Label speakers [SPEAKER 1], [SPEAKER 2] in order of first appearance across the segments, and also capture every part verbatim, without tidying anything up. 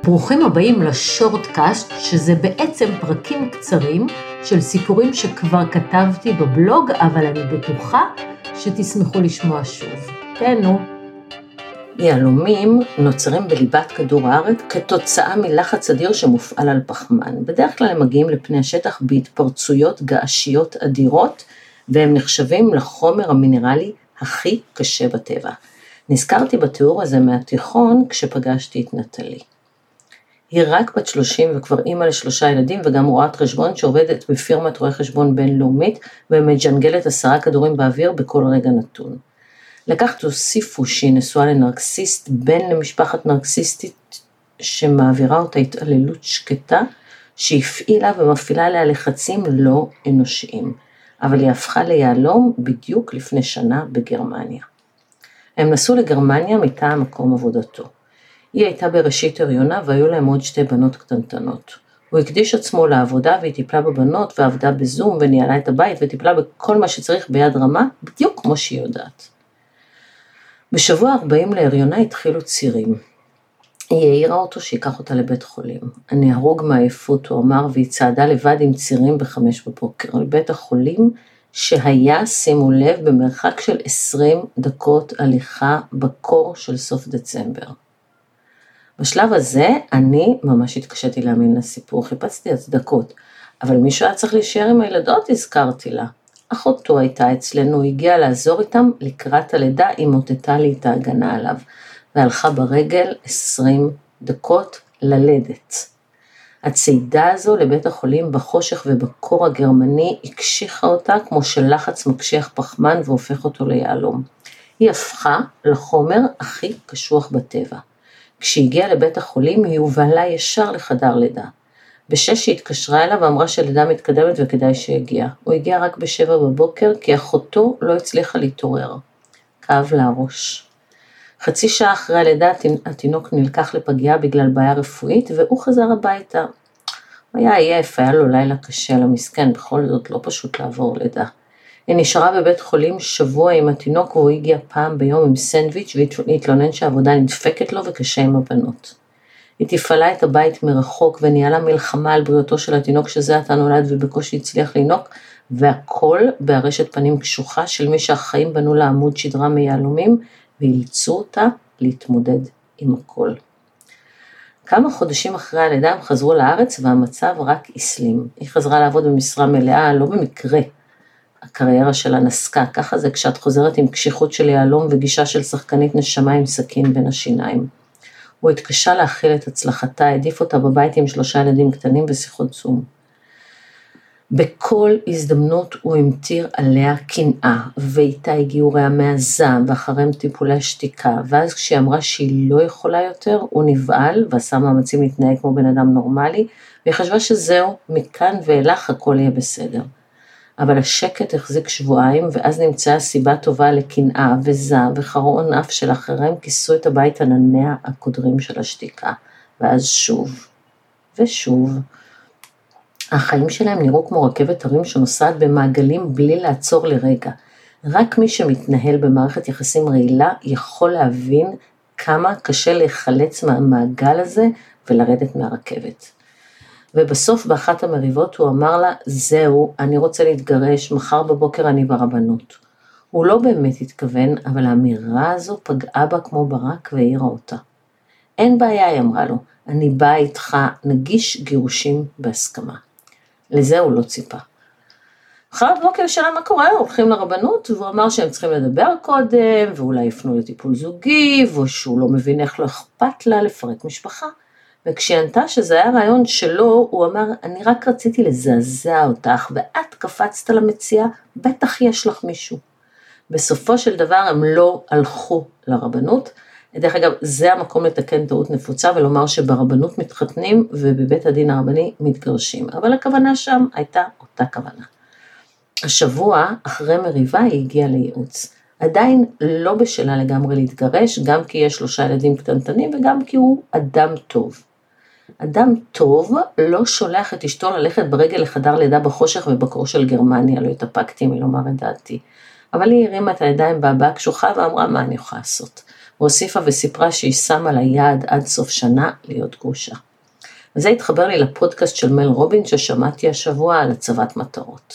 [SPEAKER 1] ברוכים הבאים לשורטקאסט, שזה בעצם פרקים קצרים של סיפורים שכבר כתבתי בבלוג, אבל אני בטוחה שתשמחו לשמוע שוב. תהנו. יהלומים נוצרים בליבת כדור הארץ כתוצאה מלחץ אדיר שמופעל על פחמן. בדרך כלל הם מגיעים לפני השטח בהתפרצויות געשיות אדירות, והם נחשבים לחומר המינרלי הכי קשה בטבע. נזכרתי בתיאור הזה מהתיכון כשפגשתי את נטלי. היא רק בת שלושים וכבר אימא לשלושה ילדים וגם רואת חשבון שעובדת בפירמת רואי חשבון בינלאומית ומג'נגלת עשרה כדורים באוויר בכל רגע נתון. לקח תוסיפו שהיא נשואה לנרקסיסט, בן למשפחת נרקסיסטית שמעבירה אותה התעללות שקטה שהפעילה ומפעילה עליה לחצים לא אנושיים, אבל היא הפכה ליהלום בדיוק לפני שנה בגרמניה. הם נסעו לגרמניה מטעם מקום עבודתו. היא הייתה בראשית הריונה והיו להם עוד שתי בנות קטנטנות. הוא הקדיש עצמו לעבודה והיא טיפלה בבנות ועבדה בזום וניהלה את הבית וטיפלה בכל מה שצריך ביד רמה, בדיוק כמו שהיא יודעת. בשבוע ארבעים להריונה התחילו צירים. היא העירה אותו שיקח אותה לבית חולים. אני ארוג מעייפות, הוא אמר, והיא צעדה לבד עם צירים בחמש בבוקר לבית החולים, שהיה, שימו לב, במרחק של עשרים דקות הליכה בקור של סוף דצמבר. בשלב הזה אני ממש התקשיתי להאמין לסיפור, חיפשתי הצדקות, אבל מישהו היה צריך להישאר עם הילדות, הזכרתי לה. אחותו הייתה אצלנו, הגיעה לעזור איתם לקראת הלידה, היא מוטטה לי את ההגנה עליו, והלכה ברגל עשרים דקות ללדת. הצעידה הזו לבית החולים בחושך ובקור הגרמני הקשיחה אותה כמו שלחץ מקשיח פחמן והופך אותו ליהלום. היא הפכה לחומר הכי קשוח בטבע. כשהגיעה לבית החולים היא הובלה ישר לחדר לידה. בשש היא התקשרה אליו ואמרה שלידה מתקדמת וכדאי שהגיע. הוא הגיע רק בשבע בבוקר כי אחותו לא הצליחה להתעורר. כאב לה הראש. חצי שעה אחרי הלידה התינוק נלקח לפגייה בגלל בעיה רפואית והוא חזר הביתה. הוא היה עייף, היה לו לילה קשה למסכן, בכל זאת לא פשוט לעבור לידה. היא נשארה בבית חולים שבוע עם התינוק והוא הגיע פעם ביום עם סנדוויץ' והתלונן שהעבודה נדפקת לו וקשה עם הבנות. היא תפעלה את הבית מרחוק וניהלה מלחמה על בריאותו של התינוק שזה עתה נולד ובקושי הצליח לינוק, והכל בארשת פנים קשוחה של מי שהחיים בנו לעמוד שדרה מיהלומים ואילצו אותה להתמודד עם הכל. כמה חודשים אחרי הלידה הם חזרו לארץ והמצב רק הסלים. היא חזרה לעבוד במשרה מלאה, לא במקרה. הקריירה שלה נסקה, ככה זה כשאת חוזרת עם קשיחות של יהלום וגישה של שחקנית נשמה עם סכין בין השיניים. הוא התקשה להכיל את הצלחתה, העדיף אותה בבית עם שלושה ילדים קטנים ושיחות זום. בכל הזדמנות הוא המטיר עליה קנאה, ואיתה הגיעו רעמי הזעם ואחריהם טיפולי שתיקה, ואז כשהיא אמרה שהיא לא יכולה יותר, הוא נבעל ועשה מאמצים להתנהג כמו בן אדם נורמלי, והיא חשבה שזהו, מכאן ואילך הכל יהיה בסדר. אבל השקט החזיק שבועיים, ואז נמצאה סיבה טובה לקנאה וזעם וחרון אף של אחריהם כיסו את הבית ענניה הקודרים של השתיקה, ואז שוב ושוב. החיים שלהם נראו כמו רכבת הרים שנוסעת במעגלים בלי לעצור לרגע. רק מי שמתנהל במערכת יחסים רעילה יכול להבין כמה קשה להיחלץ מהמעגל הזה ולרדת מהרכבת. ובסוף באחת המריבות הוא אמר לה, זהו, אני רוצה להתגרש, מחר בבוקר אני ברבנות. הוא לא באמת התכוון, אבל האמירה הזו פגעה בה כמו ברק והעירה אותה. אין בעיה, היא אמרה לו, אני באה איתך, נגיש גירושים בהסכמה. לזה הוא לא ציפה. אחר בוקר שאלה מה קורה, הולכים לרבנות, והוא אמר שהם צריכים לדבר קודם, ואולי יפנו לטיפול זוגי, ושהוא לא מבין איך לא אכפת לה לפרק משפחה. וכשהיא ענתה שזה היה רעיון שלו, הוא אמר, אני רק רציתי לזעזע אותך, ואת קפצת למציאה, בטח יש לך מישהו. בסופו של דבר הם לא הלכו לרבנות, דרך אגב, זה המקום לתקן טעות נפוצה ולומר שברבנות מתחתנים ובבית הדין הרבני מתגרשים, אבל הכוונה שם הייתה אותה כוונה. השבוע אחרי מריבה היא הגיעה לייעוץ, עדיין לא בשלה לגמרי להתגרש, גם כי יש שלושה ילדים קטנטנים וגם כי הוא אדם טוב. אדם טוב לא שולח את אשתו ללכת ברגל לחדר לידה בחושך ובקור של גרמניה, לא התאפקתי מלומר את דעתי. אבל היא הרימה את הידיים בהבעה קשוחה ואמרה מה אני יכולה לעשות. והוסיפה וסיפרה שהיא שמה לה יעד עד סוף שנה להיות גרושה. וזה התחבר לי לפודקאסט של מל רובינס ששמעתי השבוע על הצבת מטרות.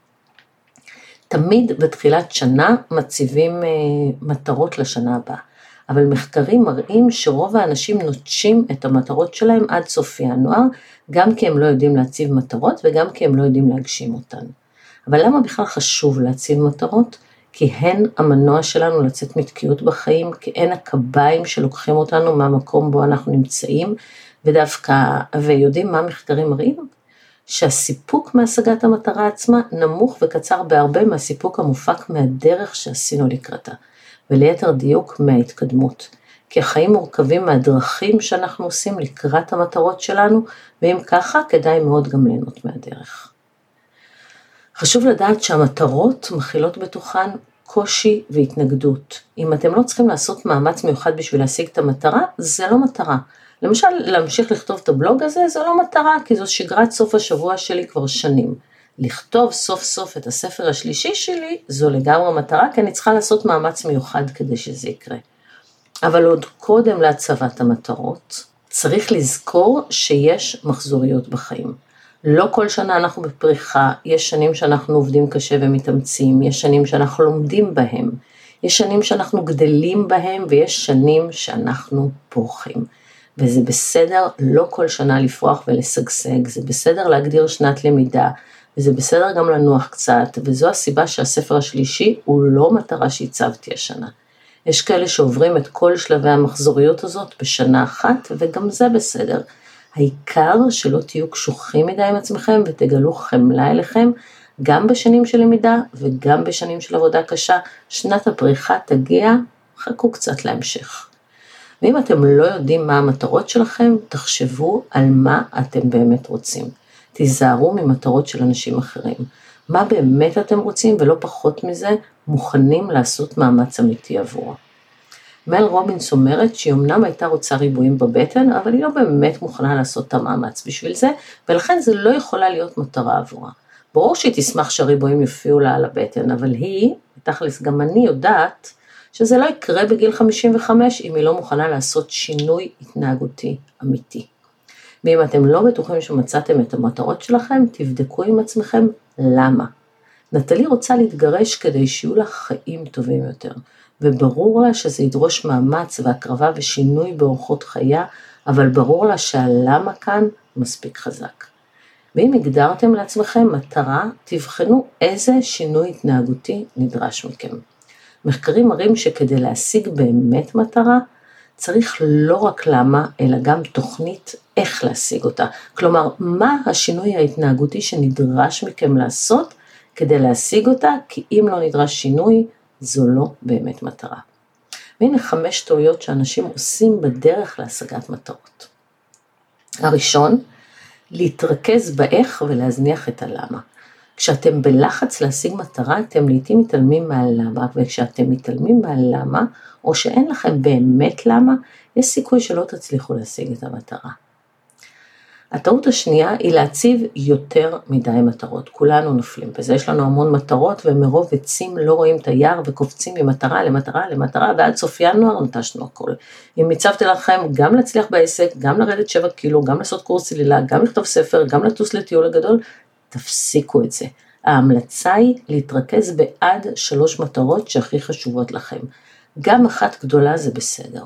[SPEAKER 1] תמיד בתחילת שנה מציבים מטרות לשנה הבאה, אבל מחקרים מראים שרוב האנשים נוטשים את המטרות שלהם עד סוף ינואר, גם כי הם לא יודעים להציב מטרות וגם כי הם לא יודעים להגשים אותן. אבל למה בכלל חשוב להציב מטרות? כי הן המנוע שלנו לצאת מתקיעות בחיים, כי הן הקביים שלוקחים אותנו מהמקום בו אנחנו נמצאים, ודווקא, ויודעים מה מחקרים מראים? שהסיפוק מהשגת המטרה עצמה נמוך וקצר בהרבה מהסיפוק המופק מהדרך שעשינו לקראתה, וליתר דיוק מההתקדמות. כי החיים מורכבים מהדרכים שאנחנו עושים לקראת המטרות שלנו, ואם ככה כדאי מאוד גם ליהנות מהדרך. חשוב לדעת שהמטרות מכילות בתוכן קושי והתנגדות. אם אתם לא צריכים לעשות מאמץ מיוחד בשביל להשיג את המטרה, זה לא מטרה. למשל, להמשיך לכתוב את הבלוג הזה, זה לא מטרה, כי זו שגרת סוף השבוע שלי כבר שנים. לכתוב סוף סוף את הספר השלישי שלי, זו לגמרי מטרה, כי אני צריכה לעשות מאמץ מיוחד כדי שזה יקרה. אבל עוד קודם להצבת המטרות, צריך לזכור שיש מחזוריות בחיים. לא כל שנה אנחנו בפריחה, יש שנים שאנחנו עובדים קשה ומתאמצים, יש שנים שאנחנו לומדים בהם, יש שנים שאנחנו גדלים בהם, ויש שנים שאנחנו פורחים. וזה בסדר לא כל שנה לפרוח ולסגסג, זה בסדר להגדיר שנת למידה, וזה בסדר גם לנוח קצת, וזו הסיבה שהספר השלישי הוא לא מטרה שהצבתי השנה. יש כאלה שעוברים את כל שלבי המחזוריות הזאת בשנה אחת, וגם זה בסדר. העיקר שלא תהיו קשוחים מדי עם עצמכם, ותגלו חמלה אליכם, גם בשנים של למידה, וגם בשנים של עבודה קשה, שנת הפריחה תגיע, חכו קצת להמשך. ואם אתם לא יודעים מה המטרות שלכם, תחשבו על מה אתם באמת רוצים. תיזהרו ממטרות של אנשים אחרים. מה באמת אתם רוצים, ולא פחות מזה, מוכנים לעשות מאמץ אמיתי עבורו. מל רובינס אומרת שהיא אמנם הייתה רוצה ריבועים בבטן, אבל היא לא באמת מוכנה לעשות את המאמץ בשביל זה, ולכן זה לא יכולה להיות מטרה עבורה. ברור שהיא תשמח שהריבועים יופיעו לה על הבטן, אבל היא, תכלס גם אני יודעת, שזה לא יקרה בגיל חמישים וחמש אם היא לא מוכנה לעשות שינוי התנהגותי אמיתי. ואם אתם לא בטוחים שמצאתם את המטרות שלכם, תבדקו עם עצמכם למה. נטלי רוצה להתגרש כדי שיהיו לה חיים טובים יותר, וברור לה שזה ידרוש מאמץ והקרבה ושינוי באורחות חיה, אבל ברור לה שהלמה כאן מספיק חזק. ואם הגדרתם לעצמכם מטרה, תבחנו איזה שינוי התנהגותי נדרש מכם. מחקרים מראים שכדי להשיג באמת מטרה, צריך לא רק למה, אלא גם תוכנית איך להשיג אותה. כלומר, מה השינוי ההתנהגותי שנדרש מכם לעשות כדי להשיג אותה, כי אם לא נדרש שינוי, זו לא באמת מטרה. והנה חמש טעויות שאנשים עושים בדרך להשגת מטרות. הראשון, להתרכז באיך ולהזניח את הלמה. כשאתם בלחץ להשיג מטרה, אתם לעתים מתעלמים מהלמה, וכשאתם מתעלמים מהלמה, או שאין לכם באמת למה, יש סיכוי שלא תצליחו להשיג את המטרה. הטעות השנייה היא להציב יותר מדי מטרות. כולנו נופלים בזה, יש לנו המון מטרות, ומרוב עצים לא רואים את היער, וקופצים ממטרה למטרה למטרה, ועד סוף ינואר נטשנו הכל. אם הצבתי לכם גם להצליח בעסק, גם לרדת שבע קילו, גם לעשות קורס צלילה, גם לכתוב ספר, גם לטוס לטיול הגדול, תפסיקו את זה. ההמלצה היא להתרכז בעד שלוש מטרות שהכי חשובות לכם. גם אחת גדולה זה בסדר.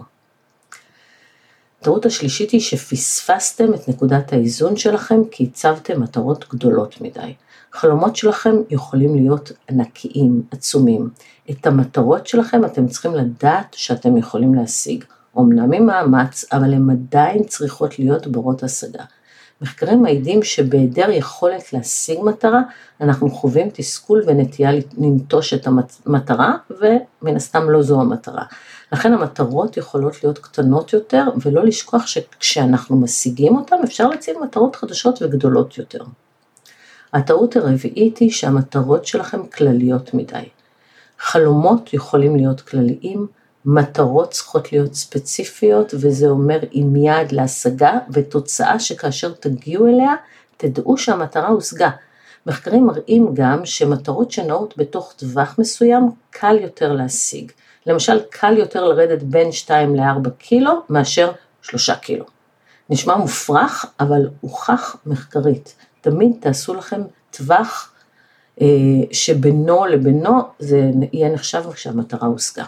[SPEAKER 1] הטעות השלישית היא שפספסתם את נקודת האיזון שלכם כי הצבתם מטרות גדולות מדי. חלומות שלכם יכולים להיות ענקיים, עצומים. את המטרות שלכם אתם צריכים לדעת שאתם יכולים להשיג. אמנם עם מאמץ, אבל הן עדיין צריכות להיות ברות השגה. מחקרים מעידים שבהיעדר יכולת להשיג מטרה, אנחנו חווים תסכול ונטייה לנטוש את המטרה, ומן הסתם לא זו המטרה. לכן המטרות יכולות להיות קטנות יותר, ולא לשכוח שכשאנחנו משיגים אותם, אפשר להציב מטרות חדשות וגדולות יותר. הטעות הרביעית היא שהמטרות שלכם כלליות מדי. חלומות יכולים להיות כלליים, מטרות צריכות להיות ספציפיות, וזה אומר עם יעד להשגה ותוצאה שכאשר תגיעו אליה, תדעו שהמטרה הושגה. מחקרים מראים גם שמטרות שנעות בתוך טווח מסוים קל יותר להשיג. למשל, קל יותר לרדת בין שתיים לארבע קילו מאשר שלושה קילו. נשמע מופרך, אבל הוכח מחקרית. תמיד תעשו לכם טווח אה, שבינו לבינו, זה יהיה נחשב כשהמטרה הושגה.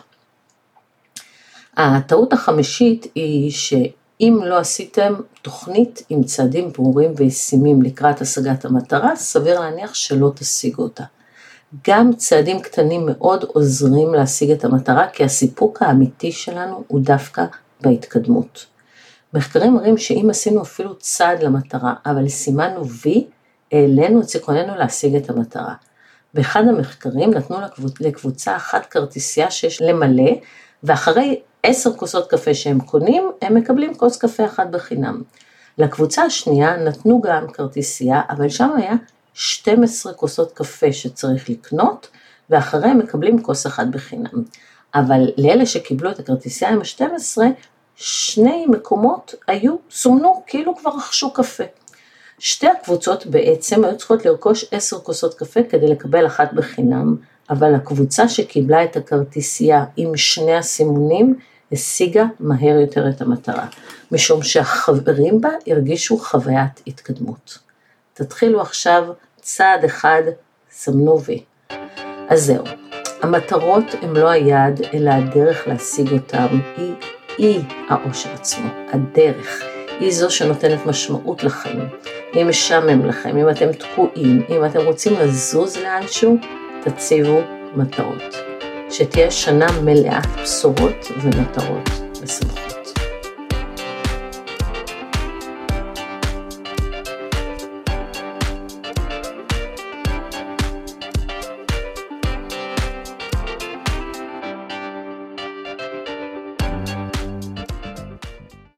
[SPEAKER 1] הטעות החמישית היא שאם לא עשיתם תוכנית עם צעדים ברורים וישימים לקראת השגת המטרה, סביר להניח שלא תשיגו אותה. גם צעדים קטנים מאוד עוזרים להשיג את המטרה, כי הסיפוק האמיתי שלנו הוא דווקא בהתקדמות. מחקרים מראים שאם עשינו אפילו צעד למטרה, אבל סימנו וי, העלינו את סיכוננו להשיג את המטרה. באחד המחקרים נתנו לקבוצה אחת כרטיסייה שיש למלא, ואחרי עשר כוסות קפה שהם קונים, הם מקבלים כוס קפה אחת בחינם. לקבוצה השנייה נתנו גם כרטיסייה, אבל שם היה שתים עשרה כוסות קפה שצריך לקנות, ואחריהם מקבלים כוס אחת בחינם. אבל לאלה שקיבלו את הכרטיסייה עם ה-שתים עשרה, שני מקומות היו, סומנו כאילו כבר רכשו קפה. שתי הקבוצות בעצם היו צריכות לרכוש עשר כוסות קפה כדי לקבל אחת בחינם, אבל הקבוצה שקיבלה את הכרטיסייה עם שני הסימונים, השיגה מהר יותר את המטרה, משום שהחברים בה הרגישו חוויית התקדמות. תתחילו עכשיו צעד אחד, סמנו וי. אז זהו, המטרות הן לא היעד, אלא הדרך להשיג אותם, היא, היא האושר עצמו, הדרך. היא זו שנותנת משמעות לחיים. אם משעמם לכם, אם אתם תקועים, אם אתם רוצים לזוז לאנשהו, תציבו מטרות. שתהיה שנה מלאת בשורות ומטרות ושמחות.